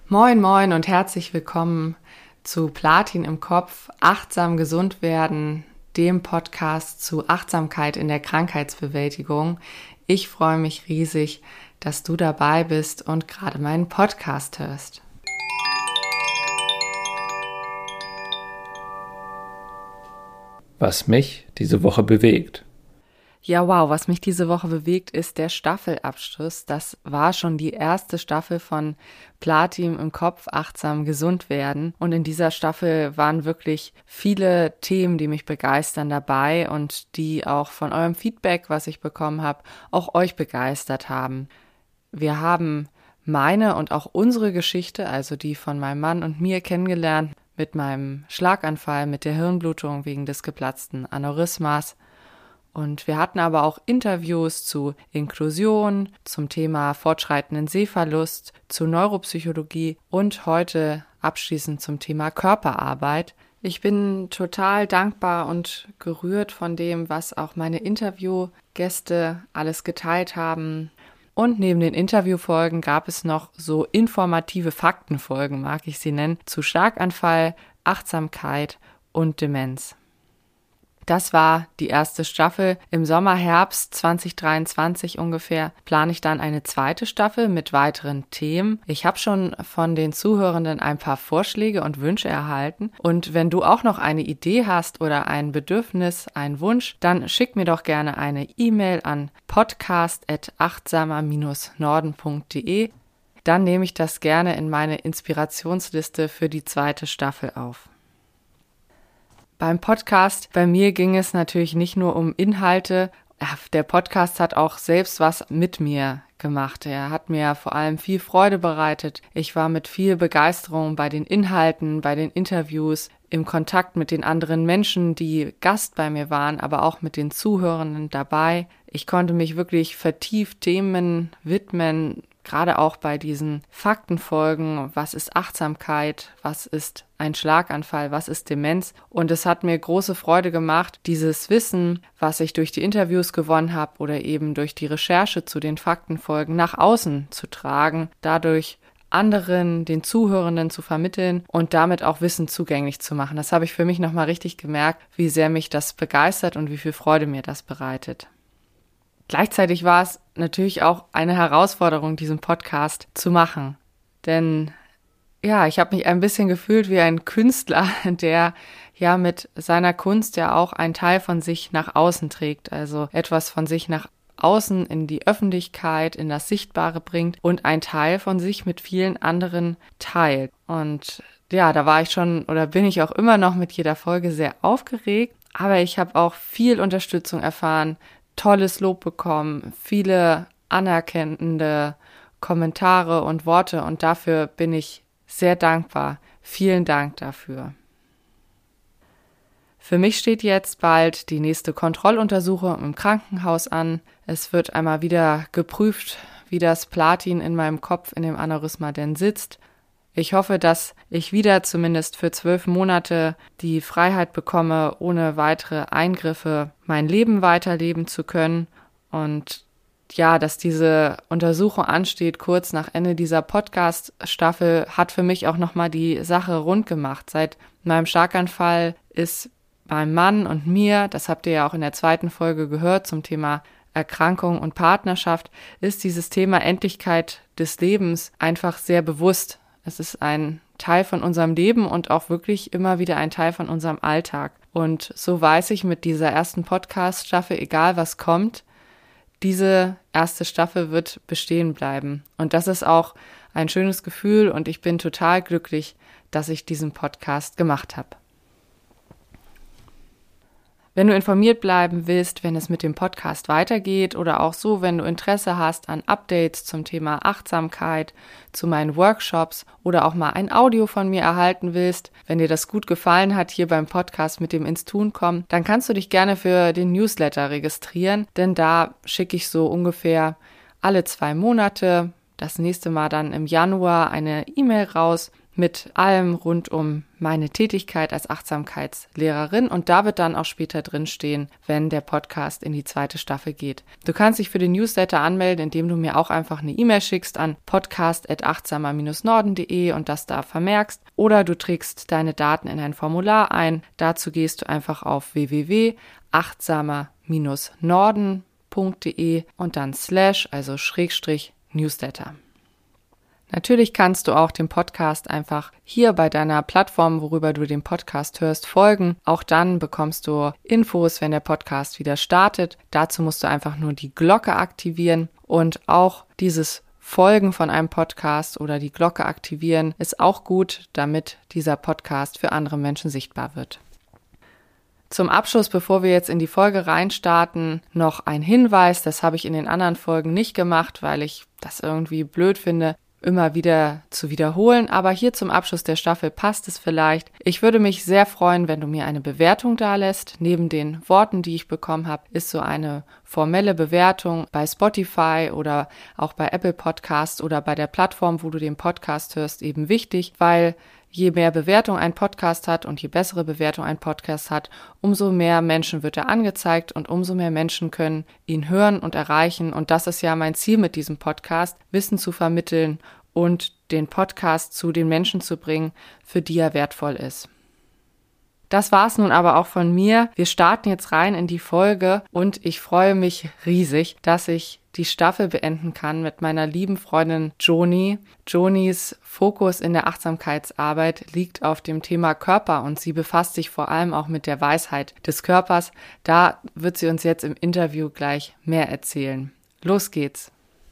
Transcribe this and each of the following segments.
Moin moin und herzlich willkommen zu Platin im Kopf, achtsam gesund werden, dem Podcast zu Achtsamkeit in der Krankheitsbewältigung. Ich freue mich riesig, dass du dabei bist und gerade meinen Podcast hörst. Was mich diese Woche bewegt. Ja, wow, was mich diese Woche bewegt, ist der Staffelabschluss. Das war schon die erste Staffel von Platin im Kopf, achtsam gesund werden. Und in dieser Staffel waren wirklich viele Themen, die mich begeistern, dabei und die auch von eurem Feedback, was ich bekommen habe, auch euch begeistert haben. Wir haben meine und auch unsere Geschichte, also die von meinem Mann und mir, kennengelernt mit meinem Schlaganfall, mit der Hirnblutung wegen des geplatzten Aneurysmas. Und wir hatten aber auch Interviews zu Inklusion, zum Thema fortschreitenden Sehverlust, zu Neuropsychologie und heute abschließend zum Thema Körperarbeit. Ich bin total dankbar und gerührt von dem, was auch meine Interviewgäste alles geteilt haben. Und neben den Interviewfolgen gab es noch so informative Faktenfolgen, mag ich sie nennen, zu Schlaganfall, Achtsamkeit und Demenz. Das war die erste Staffel. Im Sommer, Herbst 2023 ungefähr plane ich dann eine zweite Staffel mit weiteren Themen. Ich habe schon von den Zuhörenden ein paar Vorschläge und Wünsche erhalten. Und wenn du auch noch eine Idee hast oder ein Bedürfnis, einen Wunsch, dann schick mir doch gerne eine E-Mail an podcast@achtsamer-norden.de. Dann nehme ich das gerne in meine Inspirationsliste für die zweite Staffel auf. Beim Podcast, bei mir ging es natürlich nicht nur um Inhalte. Der Podcast hat auch selbst was mit mir gemacht. Er hat mir vor allem viel Freude bereitet. Ich war mit viel Begeisterung bei den Inhalten, bei den Interviews, im Kontakt mit den anderen Menschen, die Gast bei mir waren, aber auch mit den Zuhörenden dabei. Ich konnte mich wirklich vertieft Themen widmen, gerade auch bei diesen Faktenfolgen, was ist Achtsamkeit, was ist ein Schlaganfall, was ist Demenz. Und es hat mir große Freude gemacht, dieses Wissen, was ich durch die Interviews gewonnen habe oder eben durch die Recherche zu den Faktenfolgen nach außen zu tragen, dadurch anderen, den Zuhörenden zu vermitteln und damit auch Wissen zugänglich zu machen. Das habe ich für mich nochmal richtig gemerkt, wie sehr mich das begeistert und wie viel Freude mir das bereitet. Gleichzeitig war es natürlich auch eine Herausforderung, diesen Podcast zu machen. Denn ja, ich habe mich ein bisschen gefühlt wie ein Künstler, der ja mit seiner Kunst ja auch einen Teil von sich nach außen trägt. Also etwas von sich nach außen in die Öffentlichkeit, in das Sichtbare bringt und einen Teil von sich mit vielen anderen teilt. Und ja, da war ich schon oder bin ich auch immer noch mit jeder Folge sehr aufgeregt. Aber ich habe auch viel Unterstützung erfahren, tolles Lob bekommen, viele anerkennende Kommentare und Worte und dafür bin ich sehr dankbar. Vielen Dank dafür. Für mich steht jetzt bald die nächste Kontrolluntersuchung im Krankenhaus an. Es wird einmal wieder geprüft, wie das Platin in meinem Kopf in dem Aneurysma denn sitzt. Ich hoffe, dass ich wieder zumindest für 12 Monate die Freiheit bekomme, ohne weitere Eingriffe mein Leben weiterleben zu können. Und ja, dass diese Untersuchung ansteht, kurz nach Ende dieser Podcast-Staffel, hat für mich auch nochmal die Sache rund gemacht. Seit meinem Schlaganfall ist meinem Mann und mir, das habt ihr ja auch in der zweiten Folge gehört zum Thema Erkrankung und Partnerschaft, ist dieses Thema Endlichkeit des Lebens einfach sehr bewusst. Es ist ein Teil von unserem Leben und auch wirklich immer wieder ein Teil von unserem Alltag. Und so weiß ich mit dieser ersten Podcast-Staffel, egal was kommt, diese erste Staffel wird bestehen bleiben. Und das ist auch ein schönes Gefühl und ich bin total glücklich, dass ich diesen Podcast gemacht habe. Wenn du informiert bleiben willst, wenn es mit dem Podcast weitergeht oder auch so, wenn du Interesse hast an Updates zum Thema Achtsamkeit, zu meinen Workshops oder auch mal ein Audio von mir erhalten willst, wenn dir das gut gefallen hat hier beim Podcast mit dem ins Tun kommen, dann kannst du dich gerne für den Newsletter registrieren, denn da schicke ich so ungefähr alle 2 Monate, das nächste Mal dann im Januar, eine E-Mail raus mit allem rund um meine Tätigkeit als Achtsamkeitslehrerin und da wird dann auch später drin stehen, wenn der Podcast in die 2. Staffel geht. Du kannst dich für den Newsletter anmelden, indem du mir auch einfach eine E-Mail schickst an podcast@achtsamer-norden.de und das da vermerkst oder du trägst deine Daten in ein Formular ein. Dazu gehst du einfach auf www.achtsamer-norden.de und dann / also /Newsletter. Natürlich kannst du auch dem Podcast einfach hier bei deiner Plattform, worüber du den Podcast hörst, folgen. Auch dann bekommst du Infos, wenn der Podcast wieder startet. Dazu musst du einfach nur die Glocke aktivieren und auch dieses Folgen von einem Podcast oder die Glocke aktivieren ist auch gut, damit dieser Podcast für andere Menschen sichtbar wird. Zum Abschluss, bevor wir jetzt in die Folge reinstarten, noch ein Hinweis. Das habe ich in den anderen Folgen nicht gemacht, weil ich das irgendwie blöd finde, immer wieder zu wiederholen, aber hier zum Abschluss der Staffel passt es vielleicht. Ich würde mich sehr freuen, wenn du mir eine Bewertung dalässt. Neben den Worten, die ich bekommen habe, ist so eine formelle Bewertung bei Spotify oder auch bei Apple Podcasts oder bei der Plattform, wo du den Podcast hörst, eben wichtig, weil je mehr Bewertung ein Podcast hat und je bessere Bewertung ein Podcast hat, umso mehr Menschen wird er angezeigt und umso mehr Menschen können ihn hören und erreichen. Und das ist ja mein Ziel mit diesem Podcast, Wissen zu vermitteln und den Podcast zu den Menschen zu bringen, für die er wertvoll ist. Das war's nun aber auch von mir. Wir starten jetzt rein in die Folge und ich freue mich riesig, dass ich die Staffel beenden kann mit meiner lieben Freundin Joni. Jonis Fokus in der Achtsamkeitsarbeit liegt auf dem Thema Körper und sie befasst sich vor allem auch mit der Weisheit des Körpers. Da wird sie uns jetzt im Interview gleich mehr erzählen. Los geht's!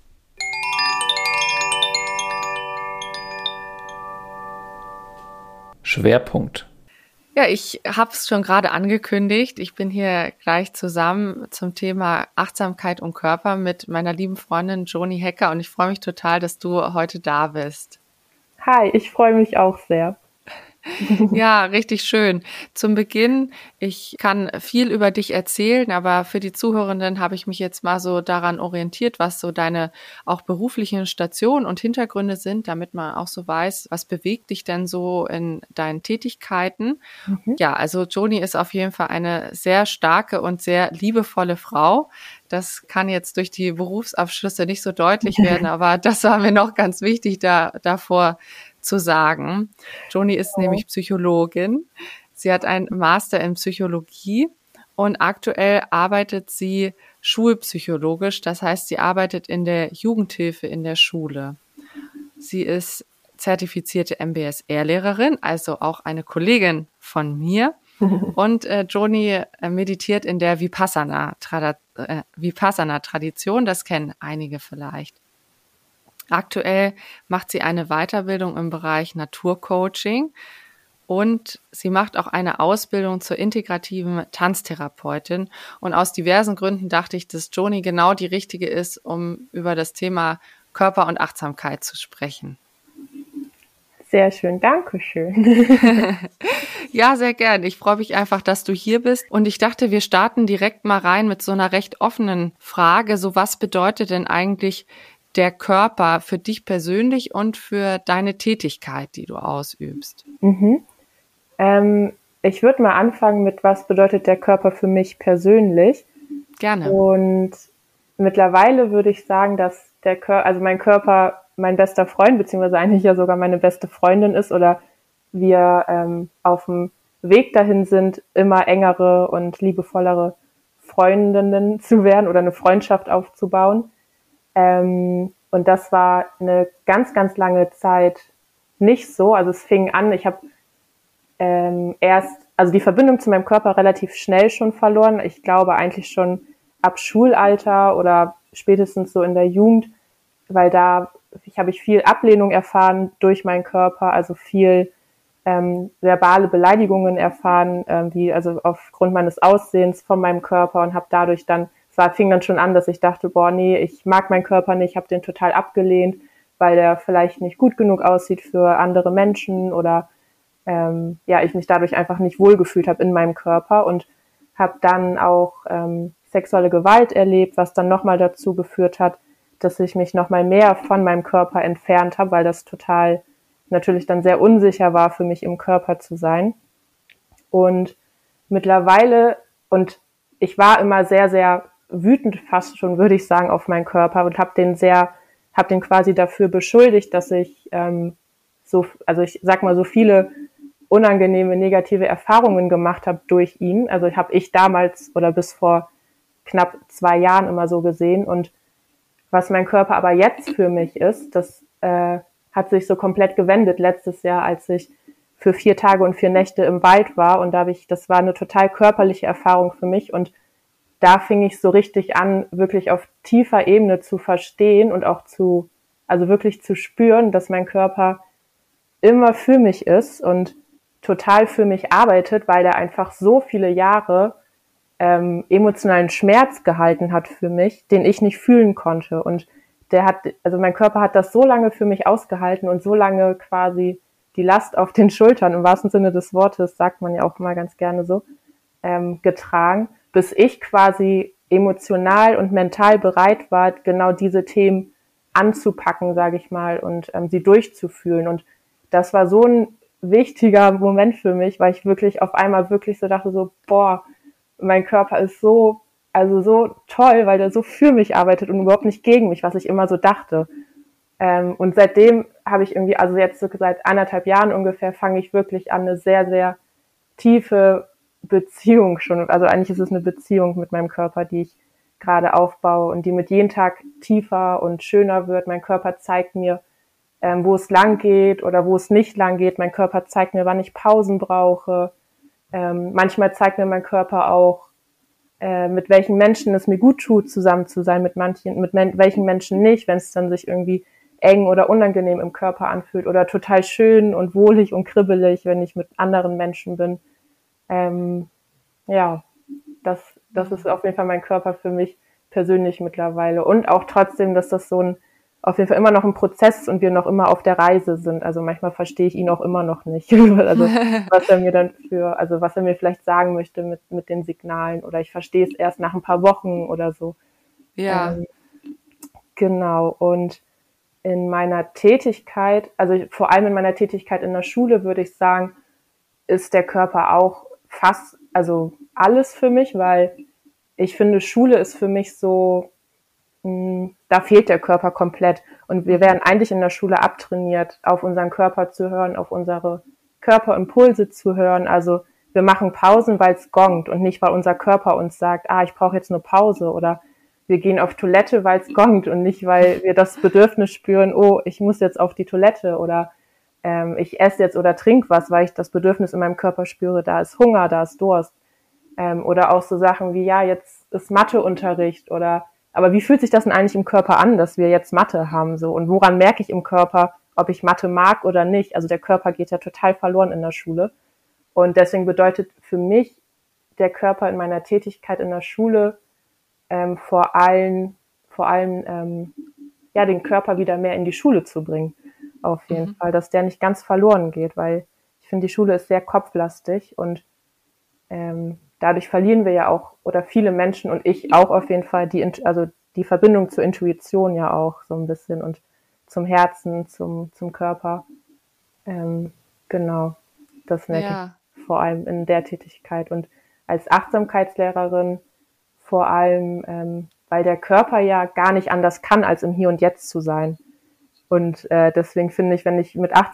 Schwerpunkt. Ja, ich habe es schon gerade angekündigt. Ich bin hier gleich zusammen zum Thema Achtsamkeit und Körper mit meiner lieben Freundin Joni Hecker und ich freue mich total, dass du heute da bist. Hi, ich freue mich auch sehr. Ja, richtig schön. Zum Beginn, ich kann viel über dich erzählen, aber für die Zuhörenden habe ich mich jetzt mal so daran orientiert, was so deine auch beruflichen Stationen und Hintergründe sind, damit man auch so weiß, was bewegt dich denn so in deinen Tätigkeiten. Ja, also Joni ist auf jeden Fall eine sehr starke und sehr liebevolle Frau. Das kann jetzt durch die Berufsabschlüsse nicht so deutlich werden, aber das war mir noch ganz wichtig, davor zu sagen. Joni ist nämlich Psychologin. Sie hat einen Master in Psychologie und aktuell arbeitet sie schulpsychologisch. Das heißt, sie arbeitet in der Jugendhilfe in der Schule. Sie ist zertifizierte MBSR-Lehrerin, also auch eine Kollegin von mir. Und Joni meditiert in der Vipassana-Tradition. Das kennen einige vielleicht. Aktuell macht sie eine Weiterbildung im Bereich Naturcoaching und sie macht auch eine Ausbildung zur integrativen Tanztherapeutin. Und aus diversen Gründen dachte ich, dass Joni genau die richtige ist, um über das Thema Körper und Achtsamkeit zu sprechen. Sehr schön, danke schön. Ja, sehr gern. Ich freue mich einfach, dass du hier bist. Und ich dachte, wir starten direkt mal rein mit so einer recht offenen Frage. So, was bedeutet denn eigentlich der Körper für dich persönlich und für deine Tätigkeit, die du ausübst? Ich würde mal anfangen mit, was bedeutet der Körper für mich persönlich? Gerne. Und mittlerweile würde ich sagen, dass mein Körper mein bester Freund, beziehungsweise eigentlich ja sogar meine beste Freundin ist oder wir auf dem Weg dahin sind, immer engere und liebevollere Freundinnen zu werden oder eine Freundschaft aufzubauen. Und das war eine ganz, ganz lange Zeit nicht so. Also es fing an, ich habe die Verbindung zu meinem Körper relativ schnell schon verloren. Ich glaube eigentlich schon ab Schulalter oder spätestens so in der Jugend, weil da habe ich viel Ablehnung erfahren durch meinen Körper, also viel verbale Beleidigungen erfahren, also aufgrund meines Aussehens von meinem Körper und habe dadurch dann fing dann schon an, dass ich dachte, boah, nee, ich mag meinen Körper nicht, habe den total abgelehnt, weil der vielleicht nicht gut genug aussieht für andere Menschen oder ich mich dadurch einfach nicht wohlgefühlt habe in meinem Körper und habe dann auch sexuelle Gewalt erlebt, was dann nochmal dazu geführt hat, dass ich mich nochmal mehr von meinem Körper entfernt habe, weil das total natürlich dann sehr unsicher war für mich im Körper zu sein. Und mittlerweile, und ich war immer sehr, sehr wütend fast schon, würde ich sagen, auf meinen Körper und habe den quasi dafür beschuldigt, dass ich ich sag mal, so viele unangenehme, negative Erfahrungen gemacht habe durch ihn. Also habe ich damals oder bis vor knapp 2 Jahren immer so gesehen. Und was mein Körper aber jetzt für mich ist, das hat sich so komplett gewendet letztes Jahr, als ich für 4 Tage und 4 Nächte im Wald war. Und das war eine total körperliche Erfahrung für mich. Und da fing ich so richtig an, wirklich auf tiefer Ebene zu verstehen und auch also wirklich zu spüren, dass mein Körper immer für mich ist und total für mich arbeitet, weil der einfach so viele Jahre emotionalen Schmerz gehalten hat für mich, den ich nicht fühlen konnte. Und mein Körper hat das so lange für mich ausgehalten und so lange quasi die Last auf den Schultern, im wahrsten Sinne des Wortes, sagt man ja auch mal ganz gerne so, getragen, bis ich quasi emotional und mental bereit war, genau diese Themen anzupacken, sage ich mal, und sie durchzufühlen. Und das war so ein wichtiger Moment für mich, weil ich wirklich auf einmal wirklich so dachte, so, boah, mein Körper ist so toll, weil der so für mich arbeitet und überhaupt nicht gegen mich, was ich immer so dachte. Und seitdem habe ich irgendwie, also jetzt so seit 1,5 Jahren ungefähr, fange ich wirklich an, eine sehr, sehr tiefe Beziehung schon, also eigentlich ist es eine Beziehung mit meinem Körper, die ich gerade aufbaue und die mit jedem Tag tiefer und schöner wird. Mein Körper zeigt mir, wo es lang geht oder wo es nicht lang geht. Mein Körper zeigt mir, wann ich Pausen brauche. Manchmal zeigt mir mein Körper auch, mit welchen Menschen es mir gut tut, zusammen zu sein, mit welchen Menschen nicht, wenn es dann sich irgendwie eng oder unangenehm im Körper anfühlt oder total schön und wohlig und kribbelig, wenn ich mit anderen Menschen bin. Das ist auf jeden Fall mein Körper für mich persönlich mittlerweile. Und auch trotzdem, dass das auf jeden Fall immer noch ein Prozess ist und wir noch immer auf der Reise sind. Also manchmal verstehe ich ihn auch immer noch nicht. Also was er mir vielleicht sagen möchte mit den Signalen, oder ich verstehe es erst nach ein paar Wochen oder so. Ja. Genau. Und in meiner Tätigkeit, also vor allem in meiner Tätigkeit in der Schule, würde ich sagen, ist der Körper auch fast, also alles für mich, weil ich finde, Schule ist für mich so, da fehlt der Körper komplett. Und wir werden eigentlich in der Schule abtrainiert, auf unseren Körper zu hören, auf unsere Körperimpulse zu hören. Also wir machen Pausen, weil es gongt und nicht, weil unser Körper uns sagt, ich brauche jetzt eine Pause. Oder wir gehen auf Toilette, weil es gongt und nicht, weil wir das Bedürfnis spüren, oh, ich muss jetzt auf die Toilette oder ich esse jetzt oder trinke was, weil ich das Bedürfnis in meinem Körper spüre, da ist Hunger, da ist Durst. Oder auch so Sachen wie, ja, jetzt ist Matheunterricht aber wie fühlt sich das denn eigentlich im Körper an, dass wir jetzt Mathe haben, so? Und woran merke ich im Körper, ob ich Mathe mag oder nicht? Also der Körper geht ja total verloren in der Schule. Und deswegen bedeutet für mich der Körper in meiner Tätigkeit in der Schule vor allem den Körper wieder mehr in die Schule zu bringen. Auf jeden Fall, dass der nicht ganz verloren geht, weil ich finde, die Schule ist sehr kopflastig und dadurch verlieren wir ja auch, oder viele Menschen und ich auch auf jeden Fall, die Verbindung zur Intuition ja auch so ein bisschen und zum Herzen, zum Körper. Genau, das merke ich vor allem in der Tätigkeit. Und als Achtsamkeitslehrerin vor allem, weil der Körper ja gar nicht anders kann, als im Hier und Jetzt zu sein. Und deswegen finde ich, wenn ich in der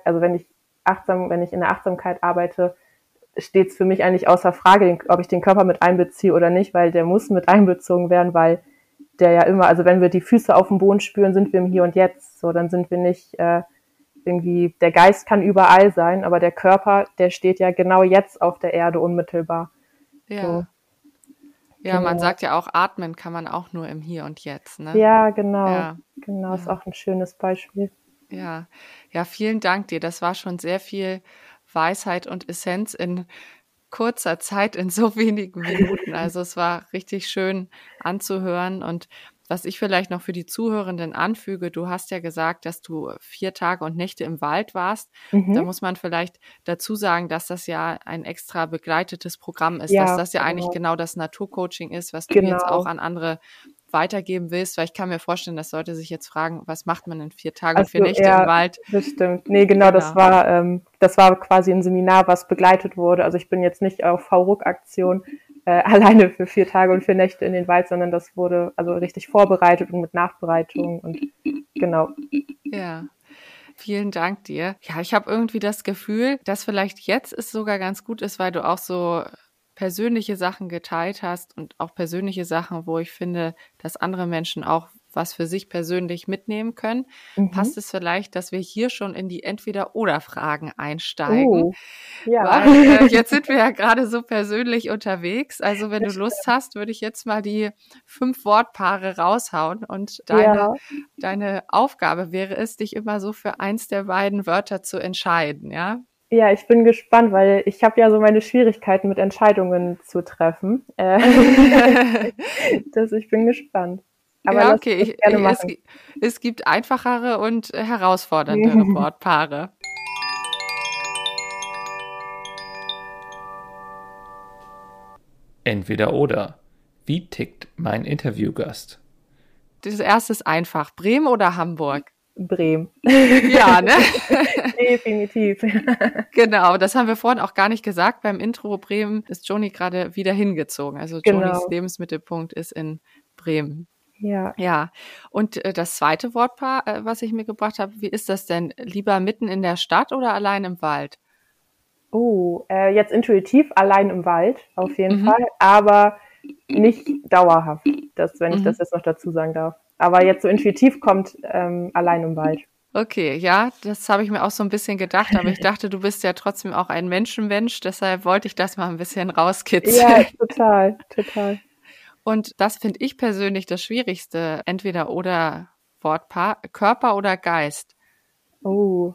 Achtsamkeit arbeite, steht es für mich eigentlich außer Frage, ob ich den Körper mit einbeziehe oder nicht, weil der muss mit einbezogen werden, weil der ja immer, also wenn wir die Füße auf dem Boden spüren, sind wir im Hier und Jetzt. So, dann sind wir nicht irgendwie, der Geist kann überall sein, aber der Körper, der steht ja genau jetzt auf der Erde unmittelbar. Ja. So. Ja, genau. Man sagt ja auch, atmen kann man auch nur im Hier und Jetzt, ne? Ja, genau. Ja. Genau, ist auch ein schönes Beispiel. Ja, vielen Dank dir. Das war schon sehr viel Weisheit und Essenz in kurzer Zeit, in so wenigen Minuten. Also es war richtig schön anzuhören. Und was ich vielleicht noch für die Zuhörenden anfüge, du hast ja gesagt, dass du 4 Tage und Nächte im Wald warst. Da muss man vielleicht dazu sagen, dass das ja ein extra begleitetes Programm ist, dass das ja eigentlich genau das Naturcoaching ist, was du jetzt auch an andere weitergeben willst, weil ich kann mir vorstellen, dass Leute sich jetzt fragen, was macht man in 4 Tagen und 4 Also, Nächte im Wald? das stimmt. Nee, genau, das war quasi ein Seminar, was begleitet wurde. Also ich bin jetzt nicht auf VRUK-Aktion alleine für 4 Tage und 4 Nächte in den Wald, sondern das wurde also richtig vorbereitet und mit Nachbereitung und genau. Ja. Vielen Dank dir. Ja, ich habe irgendwie das Gefühl, dass vielleicht jetzt es sogar ganz gut ist, weil du auch so persönliche Sachen geteilt hast und auch persönliche Sachen, wo ich finde, dass andere Menschen auch was für sich persönlich mitnehmen können. Passt es vielleicht, dass wir hier schon in die Entweder-oder-Fragen einsteigen? Ja. Weil jetzt sind wir ja gerade so persönlich unterwegs. Also wenn du Lust hast, würde ich jetzt mal die 5 Wortpaare raushauen und deine Aufgabe wäre es, dich immer so für eins der beiden Wörter zu entscheiden, ja? Ja, ich bin gespannt, weil ich habe ja so meine Schwierigkeiten mit Entscheidungen zu treffen. Ich bin gespannt. Aber ja, lass okay. uns gerne machen. Es gibt einfachere und herausforderndere Wortpaare. Entweder oder. Wie tickt mein Interviewgast? Das erste ist einfach. Bremen oder Hamburg? Bremen. Ja, ne? Definitiv. Genau, das haben wir vorhin auch gar nicht gesagt. Beim Intro Bremen ist Joni gerade wieder hingezogen. Also Jonis Lebensmittelpunkt ist in Bremen. Ja. Ja, und das zweite Wortpaar, was ich mitgebracht habe, wie ist das denn? Lieber mitten in der Stadt oder allein im Wald? Jetzt intuitiv allein im Wald, auf jeden Fall, aber nicht dauerhaft, wenn ich das jetzt noch dazu sagen darf. Aber jetzt so intuitiv kommt allein im Wald. Okay, ja, das habe ich mir auch so ein bisschen gedacht, aber ich dachte, du bist ja trotzdem auch ein Menschenmensch, deshalb wollte ich das mal ein bisschen rauskitzeln. Ja, total. Und das finde ich persönlich das Schwierigste, entweder oder Wortpaar, Körper oder Geist. Oh.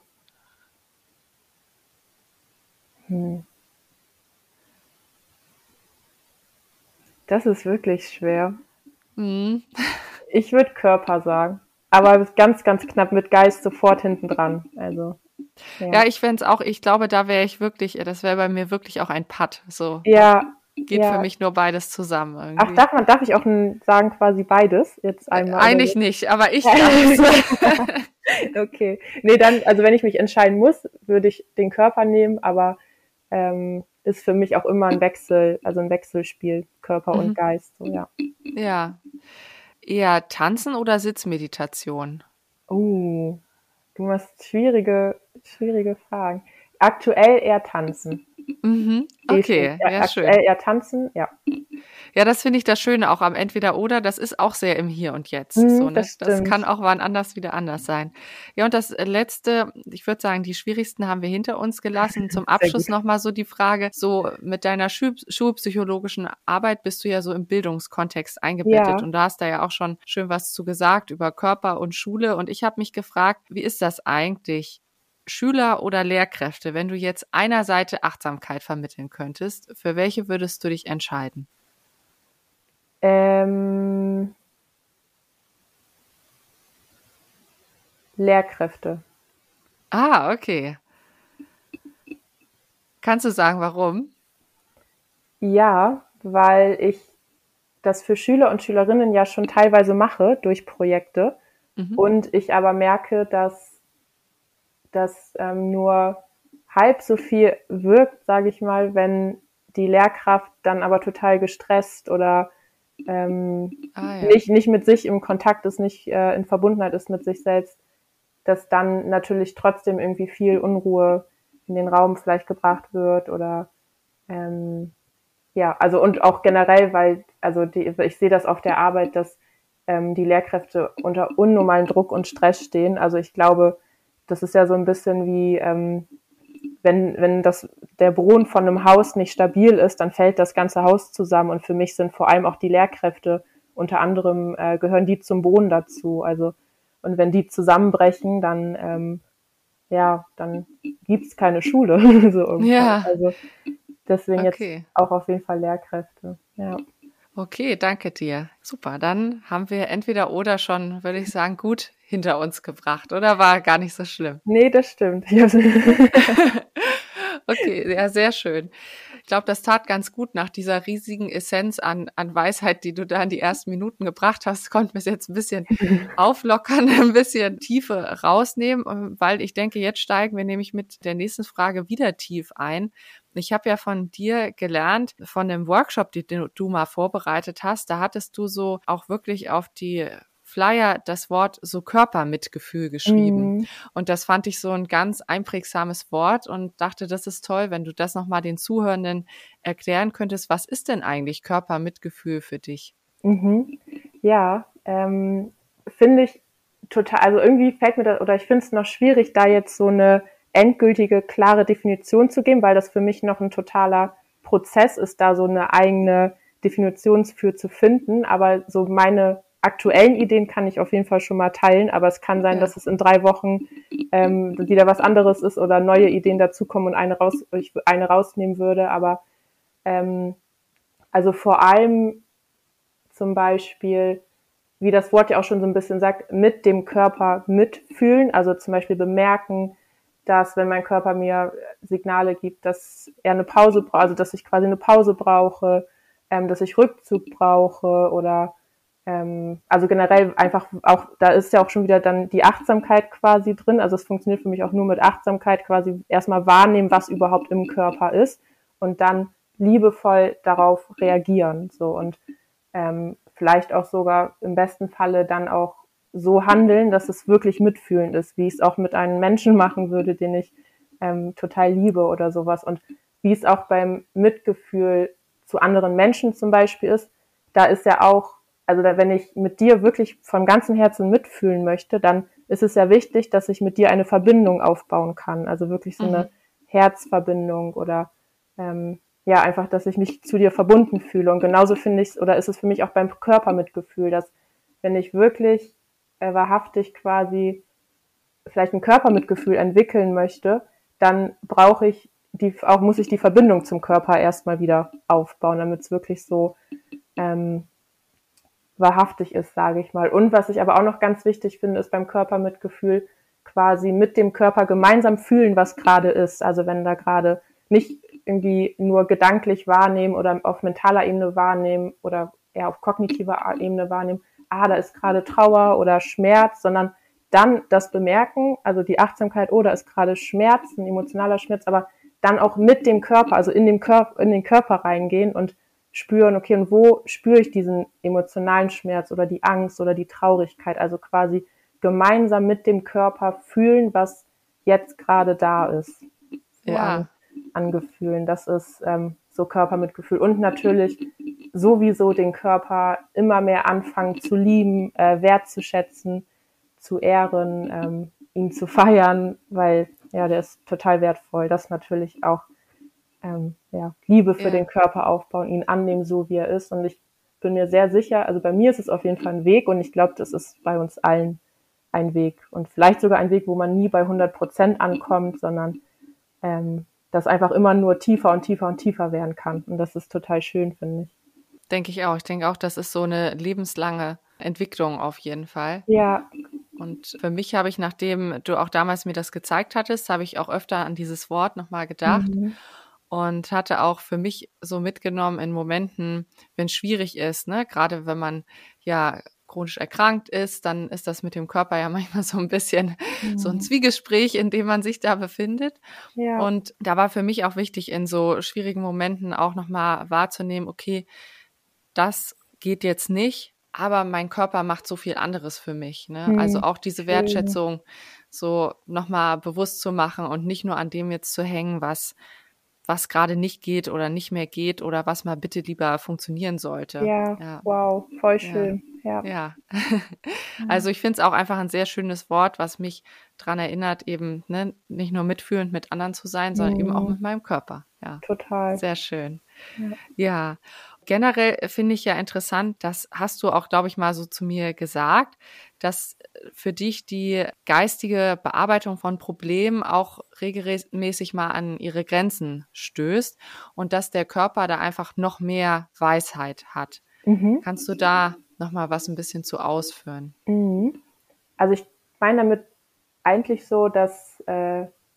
Das ist wirklich schwer. Ich würde Körper sagen, aber ganz, ganz knapp mit Geist sofort hinten dran. Also, ja, ich fände es auch, ich glaube, da wäre ich wirklich, das wäre bei mir wirklich auch ein Patt. So. Ja. Geht für mich nur beides zusammen irgendwie. Ach, darf ich auch sagen quasi beides jetzt einmal? Eigentlich nicht, aber ich darf. Okay. Nee, dann, also wenn ich mich entscheiden muss, würde ich den Körper nehmen, aber ist für mich auch immer ein Wechselspiel, Körper und Geist, so, ja. Ja. Eher Tanzen oder Sitzmeditation? Du machst schwierige Fragen. Aktuell eher tanzen. Okay, ja, schön. Aktuell eher tanzen, ja. Ja, das finde ich das Schöne auch am Entweder-Oder. Das ist auch sehr im Hier und Jetzt. So, ne? Das kann auch wann anders wieder anders sein. Ja, und das Letzte, ich würde sagen, die schwierigsten haben wir hinter uns gelassen. Zum Abschluss nochmal so die Frage, so mit deiner schulpsychologischen Arbeit bist du ja so im Bildungskontext eingebettet. Und da hast du ja auch schon schön was zu gesagt über Körper und Schule. Und ich habe mich gefragt, wie ist das eigentlich? Schüler oder Lehrkräfte, wenn du jetzt einer Seite Achtsamkeit vermitteln könntest, für welche würdest du dich entscheiden? Lehrkräfte. Ah, okay. Kannst du sagen, warum? Ja, weil ich das für Schüler und Schülerinnen ja schon teilweise mache durch Projekte und ich aber merke, dass das nur halb so viel wirkt, sage ich mal, wenn die Lehrkraft dann aber total gestresst oder nicht mit sich im Kontakt ist, nicht in Verbundenheit ist mit sich selbst, dass dann natürlich trotzdem irgendwie viel Unruhe in den Raum vielleicht gebracht wird oder also und auch generell, weil ich sehe das auf der Arbeit, dass die Lehrkräfte unter unnormalen Druck und Stress stehen. Also ich glaube, das ist ja so ein bisschen wie, wenn der Boden von einem Haus nicht stabil ist, dann fällt das ganze Haus zusammen. Und für mich sind vor allem auch die Lehrkräfte, unter anderem gehören die zum Boden dazu. Also, und wenn die zusammenbrechen, dann gibt's keine Schule. So Also deswegen jetzt auch auf jeden Fall Lehrkräfte. Ja. Okay, danke dir. Super, dann haben wir entweder oder schon, würde ich sagen, gut hinter uns gebracht, oder war gar nicht so schlimm? Nee, das stimmt. Okay, ja, sehr schön. Ich glaube, das tat ganz gut nach dieser riesigen Essenz an Weisheit, die du da in die ersten Minuten gebracht hast, konnten wir es jetzt ein bisschen auflockern, ein bisschen Tiefe rausnehmen, weil ich denke, jetzt steigen wir nämlich mit der nächsten Frage wieder tief ein. Ich habe ja von dir gelernt, von dem Workshop, den du mal vorbereitet hast, da hattest du so auch wirklich auf die Flyer das Wort so Körpermitgefühl geschrieben. Mhm. Und das fand ich so ein ganz einprägsames Wort und dachte, das ist toll, wenn du das nochmal den Zuhörenden erklären könntest. Was ist denn eigentlich Körpermitgefühl für dich? Mhm. Ja, finde ich total, also irgendwie fällt mir das, oder ich finde es noch schwierig, da jetzt so eine endgültige, klare Definition zu geben, weil das für mich noch ein totaler Prozess ist, da so eine eigene Definition für zu finden. Aber so meine aktuellen Ideen kann ich auf jeden Fall schon mal teilen, aber es kann sein, Ja. dass es in 3 Wochen wieder was anderes ist oder neue Ideen dazukommen und ich eine rausnehmen würde. Aber also vor allem zum Beispiel, wie das Wort ja auch schon so ein bisschen sagt, mit dem Körper mitfühlen, also zum Beispiel bemerken, dass wenn mein Körper mir Signale gibt, dass er eine Pause braucht, also dass ich quasi eine Pause brauche, dass ich Rückzug brauche oder also generell einfach auch, da ist ja auch schon wieder dann die Achtsamkeit quasi drin, also es funktioniert für mich auch nur mit Achtsamkeit, quasi erstmal wahrnehmen, was überhaupt im Körper ist und dann liebevoll darauf reagieren, so und vielleicht auch sogar im besten Falle dann auch so handeln, dass es wirklich mitfühlend ist, wie ich es auch mit einem Menschen machen würde, den ich total liebe oder sowas. Und wie es auch beim Mitgefühl zu anderen Menschen zum Beispiel ist, da ist ja auch, also da, wenn ich mit dir wirklich von ganzem Herzen mitfühlen möchte, dann ist es ja wichtig, dass ich mit dir eine Verbindung aufbauen kann. Also wirklich so eine Herzverbindung oder ja, einfach, dass ich mich zu dir verbunden fühle. Und genauso finde ich es, oder ist es für mich auch beim Körpermitgefühl, dass wenn ich wirklich wahrhaftig quasi vielleicht ein Körpermitgefühl entwickeln möchte, dann brauche ich muss ich die Verbindung zum Körper erstmal wieder aufbauen, damit es wirklich so wahrhaftig ist, sage ich mal. Und was ich aber auch noch ganz wichtig finde, ist beim Körpermitgefühl quasi mit dem Körper gemeinsam fühlen, was gerade ist. Also wenn da gerade nicht irgendwie nur gedanklich wahrnehmen oder auf mentaler Ebene wahrnehmen oder eher auf kognitiver Ebene wahrnehmen, da ist gerade Trauer oder Schmerz, sondern dann das bemerken, also die Achtsamkeit, da ist gerade Schmerz, ein emotionaler Schmerz, aber dann auch mit dem Körper, also in den Körper reingehen und spüren, okay, und wo spüre ich diesen emotionalen Schmerz oder die Angst oder die Traurigkeit, also quasi gemeinsam mit dem Körper fühlen, was jetzt gerade da ist. So Ja. an Gefühlen. Das ist so Körpermitgefühl. Und natürlich sowieso den Körper immer mehr anfangen zu lieben, wertzuschätzen, zu ehren, ihn zu feiern, weil ja, der ist total wertvoll. Das natürlich auch Liebe für den Körper aufbauen, ihn annehmen, so wie er ist. Und ich bin mir sehr sicher, also bei mir ist es auf jeden Fall ein Weg und ich glaube, das ist bei uns allen ein Weg. Und vielleicht sogar ein Weg, wo man nie bei 100% ankommt, sondern das einfach immer nur tiefer und tiefer und tiefer werden kann. Und das ist total schön, finde ich. Denke ich auch. Ich denke auch, das ist so eine lebenslange Entwicklung auf jeden Fall. Ja. Und für mich habe ich, nachdem du auch damals mir das gezeigt hattest, habe ich auch öfter an dieses Wort nochmal gedacht und hatte auch für mich so mitgenommen in Momenten, wenn es schwierig ist, ne, gerade wenn man ja chronisch erkrankt ist, dann ist das mit dem Körper ja manchmal so ein bisschen so ein Zwiegespräch, in dem man sich da befindet. Ja. Und da war für mich auch wichtig, in so schwierigen Momenten auch nochmal wahrzunehmen, okay, das geht jetzt nicht, aber mein Körper macht so viel anderes für mich, ne? Also auch diese Wertschätzung so nochmal bewusst zu machen und nicht nur an dem jetzt zu hängen, was gerade nicht geht oder nicht mehr geht oder was mal bitte lieber funktionieren sollte. Ja, wow, voll Ja. schön. Ja. Ja. Also ich finde es auch einfach ein sehr schönes Wort, was mich dran erinnert, eben ne, nicht nur mitfühlend mit anderen zu sein, sondern eben auch mit meinem Körper. Ja, Total. sehr schön. Ja, generell finde ich ja interessant, das hast du auch, glaube ich, mal so zu mir gesagt, dass für dich die geistige Bearbeitung von Problemen auch regelmäßig mal an ihre Grenzen stößt und dass der Körper da einfach noch mehr Weisheit hat. Kannst du da noch mal was ein bisschen zu ausführen? Also ich meine damit eigentlich so, dass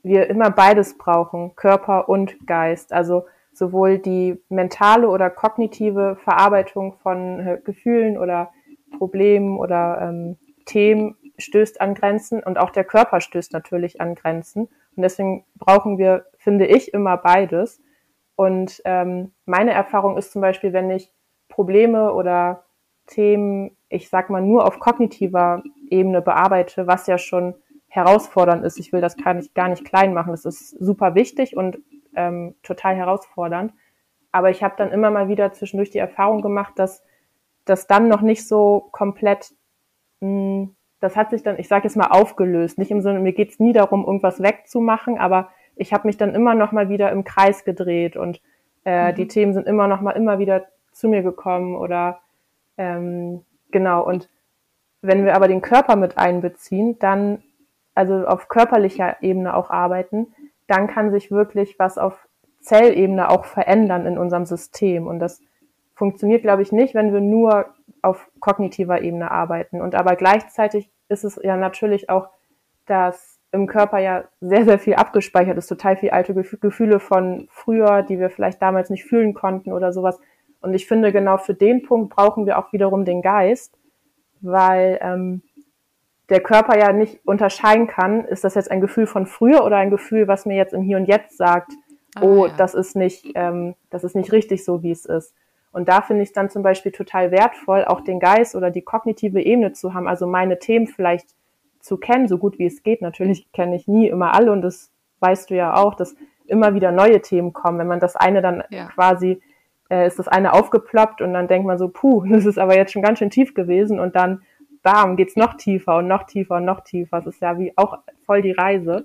wir immer beides brauchen, Körper und Geist. Also sowohl die mentale oder kognitive Verarbeitung von Gefühlen oder Problemen oder Themen stößt an Grenzen und auch der Körper stößt natürlich an Grenzen. Und deswegen brauchen wir, finde ich, immer beides. Und meine Erfahrung ist zum Beispiel, wenn ich Probleme oder Themen, ich sag mal, nur auf kognitiver Ebene bearbeite, was ja schon herausfordernd ist. Ich will das gar nicht klein machen. Das ist super wichtig und total herausfordernd. Aber ich habe dann immer mal wieder zwischendurch die Erfahrung gemacht, dass das dann noch nicht so komplett, das hat sich dann, ich sage jetzt mal, aufgelöst. Nicht im Sinne, mir geht's nie darum, irgendwas wegzumachen, aber ich habe mich dann immer noch mal wieder im Kreis gedreht und die Themen sind immer wieder zu mir gekommen oder genau. Und wenn wir aber den Körper mit einbeziehen, dann, also auf körperlicher Ebene auch arbeiten, dann kann sich wirklich was auf Zellebene auch verändern in unserem System. Und das funktioniert, glaube ich, nicht, wenn wir nur auf kognitiver Ebene arbeiten. Und aber gleichzeitig ist es ja natürlich auch, dass im Körper ja sehr, sehr viel abgespeichert ist, total viel alte Gefühle von früher, die wir vielleicht damals nicht fühlen konnten oder sowas. Und ich finde, genau für den Punkt brauchen wir auch wiederum den Geist, weil der Körper ja nicht unterscheiden kann, ist das jetzt ein Gefühl von früher oder ein Gefühl, was mir jetzt im Hier und Jetzt sagt, das ist nicht richtig so, wie es ist. Und da finde ich es dann zum Beispiel total wertvoll, auch den Geist oder die kognitive Ebene zu haben, also meine Themen vielleicht zu kennen, so gut wie es geht. Natürlich kenne ich nie immer alle und das weißt du ja auch, dass immer wieder neue Themen kommen. Wenn man das eine dann quasi, ist das eine aufgeploppt und dann denkt man so, das ist aber jetzt schon ganz schön tief gewesen und dann bam, geht's noch tiefer und noch tiefer und noch tiefer. Das ist ja wie auch voll die Reise.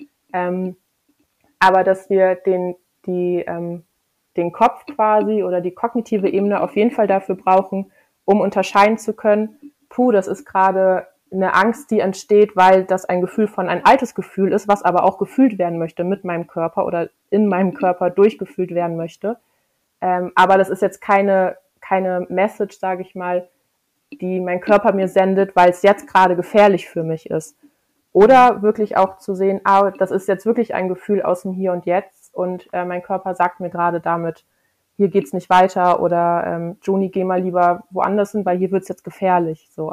Aber dass wir den Kopf quasi oder die kognitive Ebene auf jeden Fall dafür brauchen, um unterscheiden zu können, das ist gerade eine Angst, die entsteht, weil das ein altes Gefühl ist, was aber auch gefühlt werden möchte mit meinem Körper oder in meinem Körper durchgefühlt werden möchte. Aber das ist jetzt keine Message, sage ich mal, die mein Körper mir sendet, weil es jetzt gerade gefährlich für mich ist. Oder wirklich auch zu sehen, das ist jetzt wirklich ein Gefühl aus dem Hier und Jetzt und mein Körper sagt mir gerade damit, hier geht's nicht weiter oder Joni, geh mal lieber woanders hin, weil hier wird's jetzt gefährlich. So,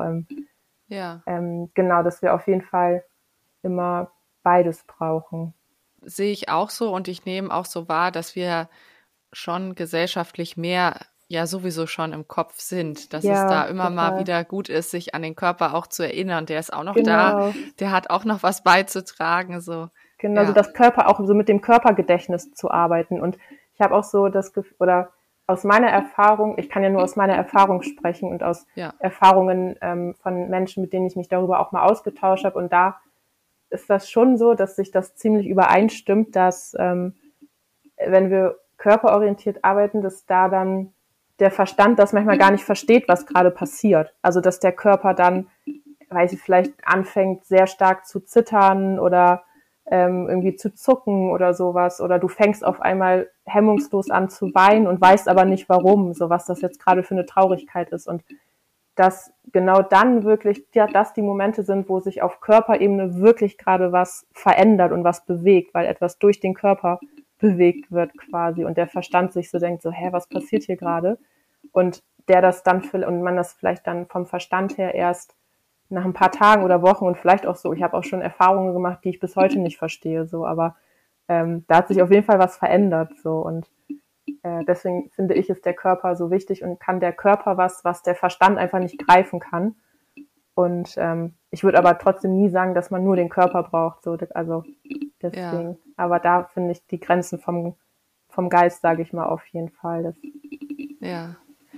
genau, dass wir auf jeden Fall immer beides brauchen. Sehe ich auch so und ich nehme auch so wahr, dass wir schon gesellschaftlich mehr ja sowieso schon im Kopf sind, dass es da immer mal wieder gut ist, sich an den Körper auch zu erinnern. Der ist auch noch da, der hat auch noch was beizutragen. So. Genau, so das Körper, auch so mit dem Körpergedächtnis zu arbeiten. Und ich habe auch so das Gefühl, oder aus meiner Erfahrung, ich kann ja nur aus meiner Erfahrung sprechen und aus Erfahrungen von Menschen, mit denen ich mich darüber auch mal ausgetauscht habe. Und da ist das schon so, dass sich das ziemlich übereinstimmt, dass wenn wir körperorientiert arbeiten, dass da dann der Verstand das manchmal gar nicht versteht, was gerade passiert. Also dass der Körper dann, weiß ich, vielleicht anfängt sehr stark zu zittern oder irgendwie zu zucken oder sowas. Oder du fängst auf einmal hemmungslos an zu weinen und weißt aber nicht warum, so was das jetzt gerade für eine Traurigkeit ist. Und dass genau dann wirklich, dass die Momente sind, wo sich auf Körperebene wirklich gerade was verändert und was bewegt, weil etwas durch den Körper bewegt wird quasi und der Verstand sich so denkt, so, was passiert hier gerade? Und und man das vielleicht dann vom Verstand her erst nach ein paar Tagen oder Wochen und vielleicht auch so, ich habe auch schon Erfahrungen gemacht, die ich bis heute nicht verstehe, so, aber da hat sich auf jeden Fall was verändert, so, und deswegen finde ich, ist der Körper so wichtig und kann der Körper was der Verstand einfach nicht greifen kann. Und ich würde aber trotzdem nie sagen, dass man nur den Körper braucht, so, also deswegen. Ja. Aber da finde ich die Grenzen vom Geist, sage ich mal, auf jeden Fall. Ja.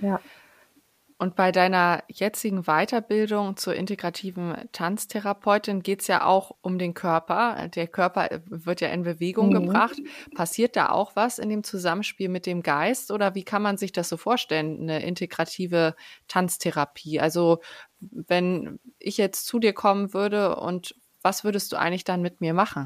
Und bei deiner jetzigen Weiterbildung zur integrativen Tanztherapeutin geht es ja auch um den Körper. Der Körper wird ja in Bewegung gebracht. Passiert da auch was in dem Zusammenspiel mit dem Geist? Oder wie kann man sich das so vorstellen, eine integrative Tanztherapie? Also wenn ich jetzt zu dir kommen würde und was würdest du eigentlich dann mit mir machen?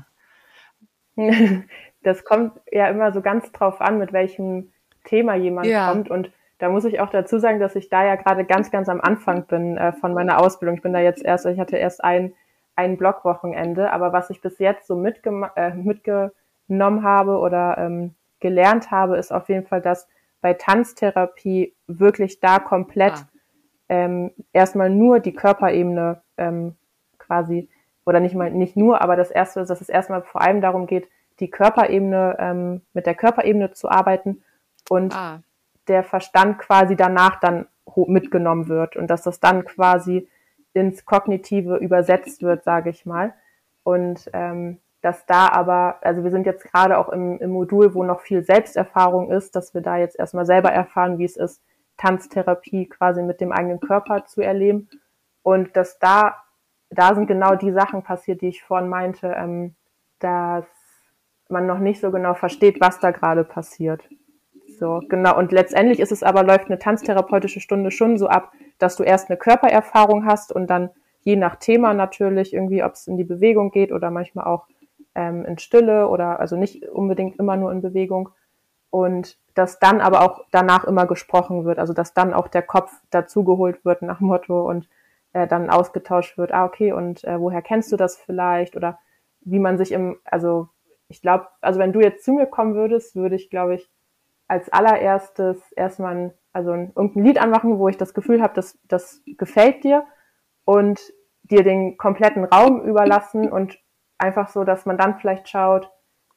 Das kommt ja immer so ganz drauf an, mit welchem Thema jemand kommt. Und da muss ich auch dazu sagen, dass ich da ja gerade ganz, ganz am Anfang bin von meiner Ausbildung. Ich bin da jetzt ich hatte erst ein ein Blogwochenende. Aber was ich bis jetzt so mitgenommen habe oder gelernt habe, ist auf jeden Fall, dass bei Tanztherapie wirklich da komplett erstmal nur die Körperebene quasi, oder nicht nur, aber dass es erstmal vor allem darum geht, die Körperebene, mit der Körperebene zu arbeiten und der Verstand quasi danach dann mitgenommen wird und dass das dann quasi ins Kognitive übersetzt wird, sage ich mal. Und dass da aber, also wir sind jetzt gerade auch im Modul, wo noch viel Selbsterfahrung ist, dass wir da jetzt erstmal selber erfahren, wie es ist, Tanztherapie quasi mit dem eigenen Körper zu erleben. Und dass da sind genau die Sachen passiert, die ich vorhin meinte, dass man noch nicht so genau versteht, was da gerade passiert. So, genau. Und letztendlich läuft eine tanztherapeutische Stunde schon so ab, dass du erst eine Körpererfahrung hast und dann je nach Thema natürlich irgendwie, ob es in die Bewegung geht oder manchmal auch in Stille oder also nicht unbedingt immer nur in Bewegung. Und dass dann aber auch danach immer gesprochen wird, also dass dann auch der Kopf dazugeholt wird nach Motto und dann ausgetauscht wird, okay, und woher kennst du das vielleicht? Oder wie man sich ich glaube, also wenn du jetzt zu mir kommen würdest, würde ich, glaube ich, als allererstes erstmal irgendein Lied anmachen, wo ich das Gefühl habe, das gefällt dir und dir den kompletten Raum überlassen und einfach so, dass man dann vielleicht schaut,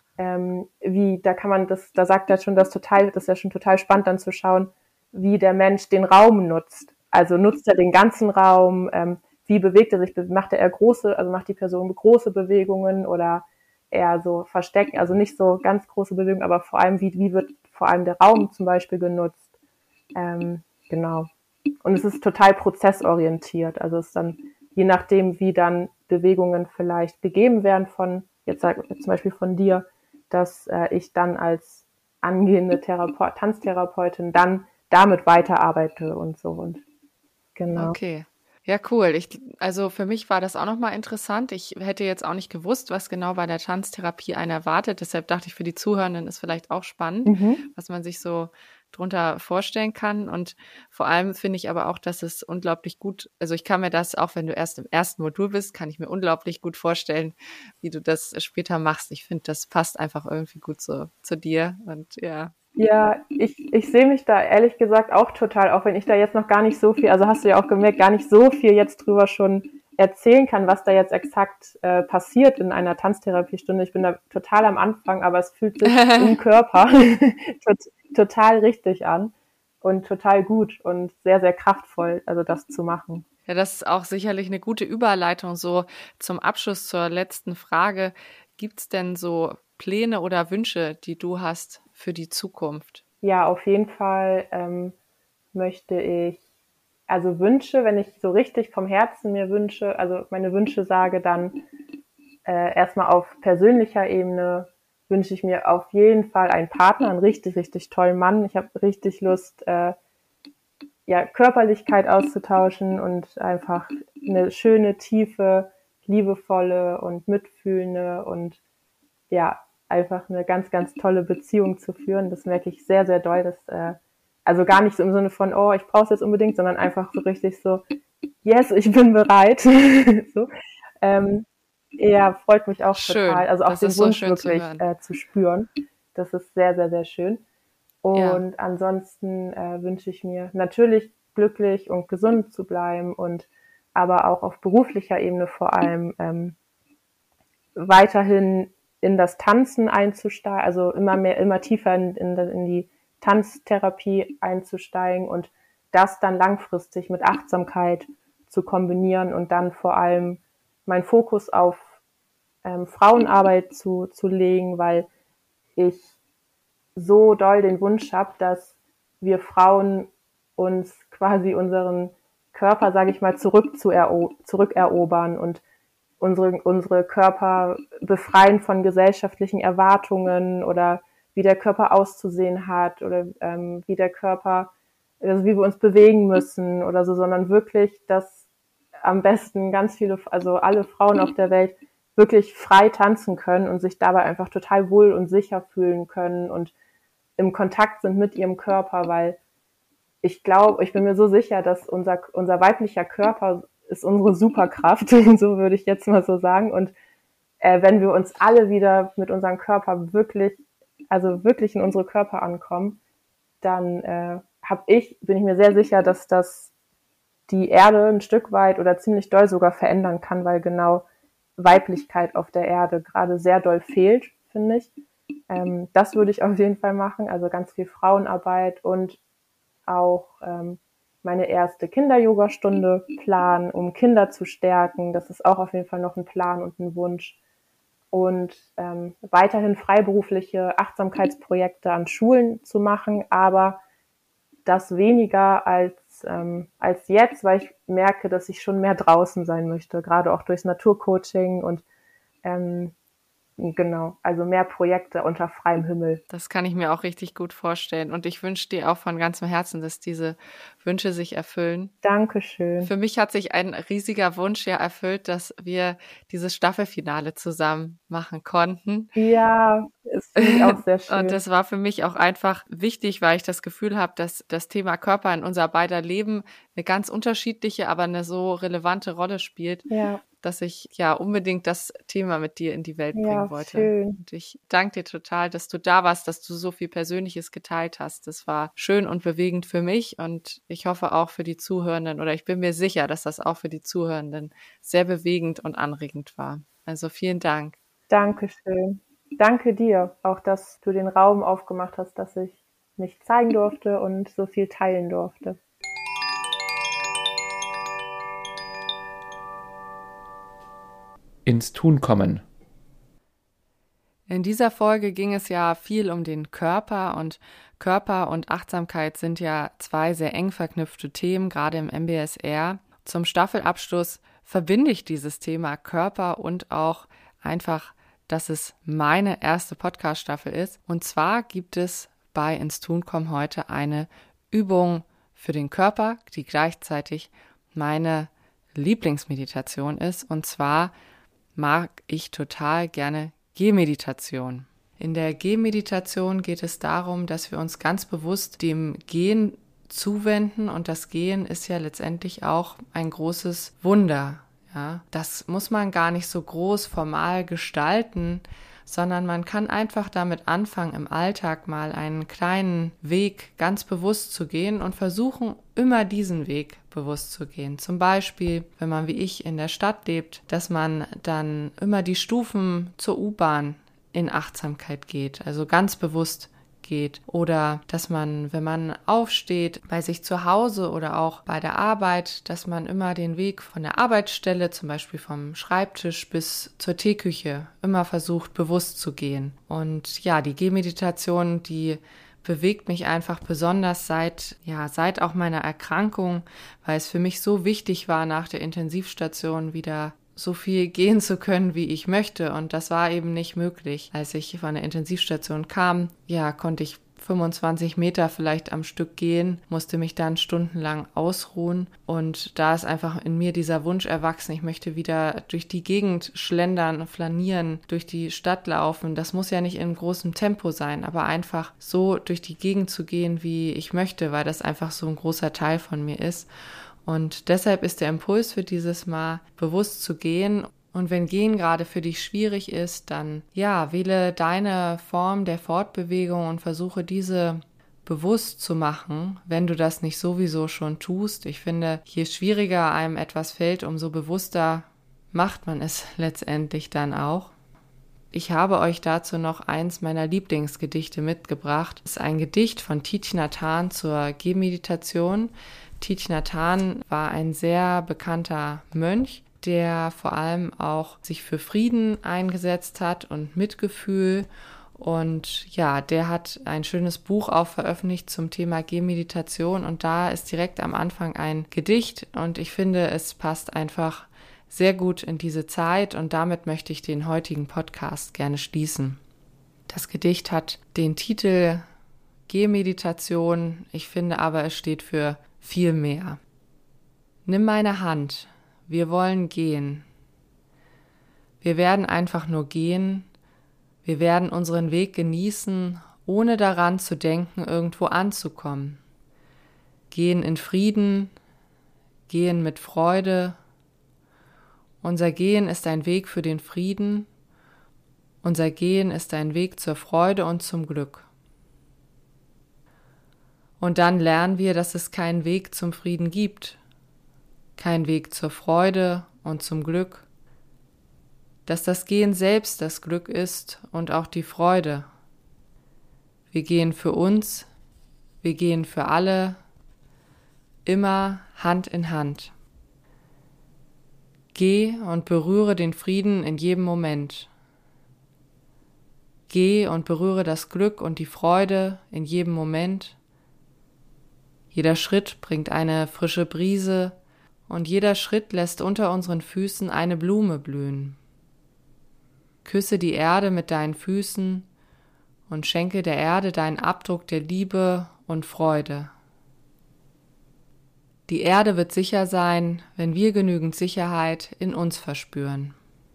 da sagt er schon, das ist ja schon total spannend dann zu schauen, wie der Mensch den Raum nutzt. Also nutzt er den ganzen Raum, wie bewegt er sich, macht die Person große Bewegungen oder eher so verstecken, also nicht so ganz große Bewegungen, aber vor allem, wie wird vor allem der Raum zum Beispiel genutzt. Genau. Und es ist total prozessorientiert. Also es ist dann, je nachdem, wie dann Bewegungen vielleicht gegeben werden jetzt zum Beispiel von dir, dass ich dann als angehende Tanztherapeutin dann damit weiterarbeite und so. Und genau. Okay. Ja, cool. Also für mich war das auch nochmal interessant. Ich hätte jetzt auch nicht gewusst, was genau bei der Tanztherapie einen erwartet. Deshalb dachte ich, für die Zuhörenden ist vielleicht auch spannend, was man sich so drunter vorstellen kann. Und vor allem finde ich aber auch, dass es unglaublich gut, also ich kann mir das, auch wenn du erst im ersten Modul bist, kann ich mir unglaublich gut vorstellen, wie du das später machst. Ich finde, das passt einfach irgendwie gut so zu dir und ja. Ja, ich sehe mich da ehrlich gesagt auch total, auch wenn ich da jetzt noch gar nicht so viel, also hast du ja auch gemerkt, gar nicht so viel jetzt drüber schon erzählen kann, was da jetzt exakt passiert in einer Tanztherapiestunde. Ich bin da total am Anfang, aber es fühlt sich im Körper total richtig an und total gut und sehr, sehr kraftvoll, also das zu machen. Ja, das ist auch sicherlich eine gute Überleitung so zum Abschluss zur letzten Frage. Gibt's denn so Pläne oder Wünsche, die du hast für die Zukunft? Ja, auf jeden Fall möchte ich, also Wünsche, wenn ich so richtig vom Herzen mir wünsche, also meine Wünsche sage, dann erstmal auf persönlicher Ebene wünsche ich mir auf jeden Fall einen Partner, einen richtig, richtig tollen Mann. Ich habe richtig Lust, Körperlichkeit auszutauschen und einfach eine schöne, tiefe, liebevolle und mitfühlende und ja, einfach eine ganz, ganz tolle Beziehung zu führen. Das merke ich sehr, sehr doll. Also gar nicht so im Sinne von, oh, ich brauche es jetzt unbedingt, sondern einfach so richtig so, yes, ich bin bereit. So. Ja, freut mich auch schön. Total. Also auch das den Wunsch so wirklich zu spüren. Das ist sehr, sehr, sehr schön. Und ansonsten wünsche ich mir natürlich glücklich und gesund zu bleiben und aber auch auf beruflicher Ebene vor allem weiterhin in das Tanzen einzusteigen, also immer tiefer in die Tanztherapie einzusteigen und das dann langfristig mit Achtsamkeit zu kombinieren und dann vor allem meinen Fokus auf Frauenarbeit zu legen, weil ich so doll den Wunsch habe, dass wir Frauen uns quasi unseren Körper, sage ich mal, zurückerobern und unsere Körper befreien von gesellschaftlichen Erwartungen oder wie der Körper auszusehen hat oder wie der Körper, also wie wir uns bewegen müssen oder so, sondern wirklich, dass am besten also alle Frauen auf der Welt wirklich frei tanzen können und sich dabei einfach total wohl und sicher fühlen können und im Kontakt sind mit ihrem Körper, weil ich bin mir so sicher, dass unser weiblicher Körper ist unsere Superkraft, so würde ich jetzt mal so sagen. Und wenn wir uns alle wieder mit unserem Körper wirklich in unsere Körper ankommen, dann bin ich mir sehr sicher, dass das die Erde ein Stück weit oder ziemlich doll sogar verändern kann, weil genau Weiblichkeit auf der Erde gerade sehr doll fehlt, finde ich. Das würde ich auf jeden Fall machen, also ganz viel Frauenarbeit und auch meine erste Kinder-Yoga-Stunde planen, um Kinder zu stärken. Das ist auch auf jeden Fall noch ein Plan und ein Wunsch. Und weiterhin freiberufliche Achtsamkeitsprojekte an Schulen zu machen, aber das weniger als jetzt, weil ich merke, dass ich schon mehr draußen sein möchte, gerade auch durchs Naturcoaching und genau, also mehr Projekte unter freiem Himmel. Das kann ich mir auch richtig gut vorstellen. Und ich wünsche dir auch von ganzem Herzen, dass diese Wünsche sich erfüllen. Dankeschön. Für mich hat sich ein riesiger Wunsch ja erfüllt, dass wir dieses Staffelfinale zusammen machen konnten. Ja, ist finde ich auch sehr schön. Und das war für mich auch einfach wichtig, weil ich das Gefühl habe, dass das Thema Körper in unser beider Leben eine ganz unterschiedliche, aber eine so relevante Rolle spielt, Ja. dass ich ja unbedingt das Thema mit dir in die Welt bringen wollte. Schön. Und ich danke dir total, dass du da warst, dass du so viel Persönliches geteilt hast. Das war schön und bewegend für mich und ich hoffe auch für die Zuhörenden oder ich bin mir sicher, dass das auch für die Zuhörenden sehr bewegend und anregend war. Also vielen Dank. Dankeschön. Danke dir, auch dass du den Raum aufgemacht hast, dass ich mich zeigen durfte und so viel teilen durfte. Ins Tun kommen. In dieser Folge ging es ja viel um den Körper und Achtsamkeit sind ja zwei sehr eng verknüpfte Themen, gerade im MBSR. Zum Staffelabschluss verbinde ich dieses Thema Körper und auch einfach, dass es meine erste Podcast-Staffel ist. Und zwar gibt es bei Ins Tun kommen heute eine Übung für den Körper, die gleichzeitig meine Lieblingsmeditation ist. Und zwar mag ich total gerne Gehmeditation. In der Gehmeditation geht es darum, dass wir uns ganz bewusst dem Gehen zuwenden und das Gehen ist ja letztendlich auch ein großes Wunder. Ja, das muss man gar nicht so groß formal gestalten, sondern man kann einfach damit anfangen, im Alltag mal einen kleinen Weg ganz bewusst zu gehen und versuchen, immer diesen Weg bewusst zu gehen. Zum Beispiel, wenn man wie ich in der Stadt lebt, dass man dann immer die Stufen zur U-Bahn in Achtsamkeit geht, also ganz bewusst geht. Oder dass man, wenn man aufsteht, bei sich zu Hause oder auch bei der Arbeit, dass man immer den Weg von der Arbeitsstelle, zum Beispiel vom Schreibtisch bis zur Teeküche, immer versucht, bewusst zu gehen. Und ja, die Gehmeditation, die bewegt mich einfach besonders seit auch meiner Erkrankung, weil es für mich so wichtig war, nach der Intensivstation wieder so viel gehen zu können, wie ich möchte. Und das war eben nicht möglich. Als ich von der Intensivstation kam, konnte ich 25 Meter vielleicht am Stück gehen, musste mich dann stundenlang ausruhen. Und da ist einfach in mir dieser Wunsch erwachsen, ich möchte wieder durch die Gegend schlendern, flanieren, durch die Stadt laufen. Das muss ja nicht in großem Tempo sein, aber einfach so durch die Gegend zu gehen, wie ich möchte, weil das einfach so ein großer Teil von mir ist. Und deshalb ist der Impuls für dieses Mal, bewusst zu gehen. Und wenn Gehen gerade für dich schwierig ist, dann wähle deine Form der Fortbewegung und versuche diese bewusst zu machen, wenn du das nicht sowieso schon tust. Ich finde, je schwieriger einem etwas fällt, umso bewusster macht man es letztendlich dann auch. Ich habe euch dazu noch eins meiner Lieblingsgedichte mitgebracht. Es ist ein Gedicht von Thich Nhat Hanh zur Gehmeditation. Thich Nhat Hanh war ein sehr bekannter Mönch, der vor allem auch sich für Frieden eingesetzt hat und Mitgefühl. Und der hat ein schönes Buch auch veröffentlicht zum Thema Gehmeditation. Und da ist direkt am Anfang ein Gedicht. Und ich finde, es passt einfach sehr gut in diese Zeit. Und damit möchte ich den heutigen Podcast gerne schließen. Das Gedicht hat den Titel Gehmeditation. Ich finde aber, es steht für viel mehr. Nimm meine Hand, wir wollen gehen. Wir werden einfach nur gehen. Wir werden unseren Weg genießen, ohne daran zu denken, irgendwo anzukommen. Gehen in Frieden, gehen mit Freude, Unser Gehen ist ein Weg für den Frieden. Unser Gehen ist ein Weg zur Freude und zum Glück. Und dann lernen wir, dass es keinen Weg zum Frieden gibt, keinen Weg zur Freude und zum Glück, dass das Gehen selbst das Glück ist und auch die Freude. Wir gehen für uns, wir gehen für alle, immer Hand in Hand. Geh und berühre den Frieden in jedem Moment. Geh und berühre das Glück und die Freude in jedem Moment. Jeder Schritt bringt eine frische Brise und jeder Schritt lässt unter unseren Füßen eine Blume blühen. Küsse die Erde mit deinen Füßen und schenke der Erde deinen Abdruck der Liebe und Freude. Die Erde wird sicher sein, wenn wir genügend Sicherheit in uns verspüren.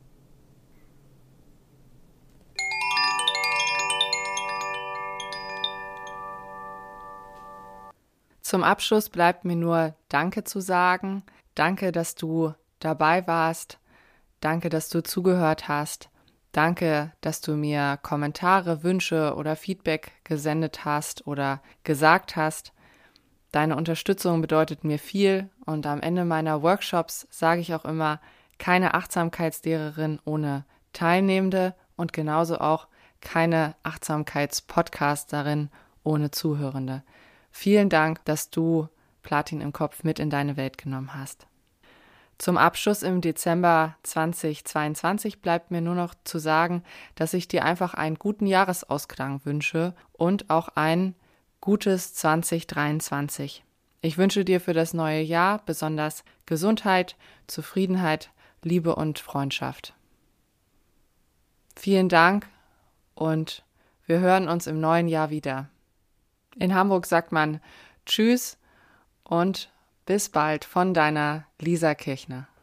Zum Abschluss bleibt mir nur Danke zu sagen. Danke, dass du dabei warst. Danke, dass du zugehört hast. Danke, dass du mir Kommentare, Wünsche oder Feedback gesendet hast oder gesagt hast. Deine Unterstützung bedeutet mir viel und am Ende meiner Workshops sage ich auch immer, keine Achtsamkeitslehrerin ohne Teilnehmende und genauso auch keine Achtsamkeitspodcasterin ohne Zuhörende. Vielen Dank, dass du Platin im Kopf mit in deine Welt genommen hast. Zum Abschluss im Dezember 2022 bleibt mir nur noch zu sagen, dass ich dir einfach einen guten Jahresausklang wünsche und auch ein gutes 2023. Ich wünsche dir für das neue Jahr besonders Gesundheit, Zufriedenheit, Liebe und Freundschaft. Vielen Dank und wir hören uns im neuen Jahr wieder. In Hamburg sagt man Tschüss und bis bald von deiner Lisa Kirchner.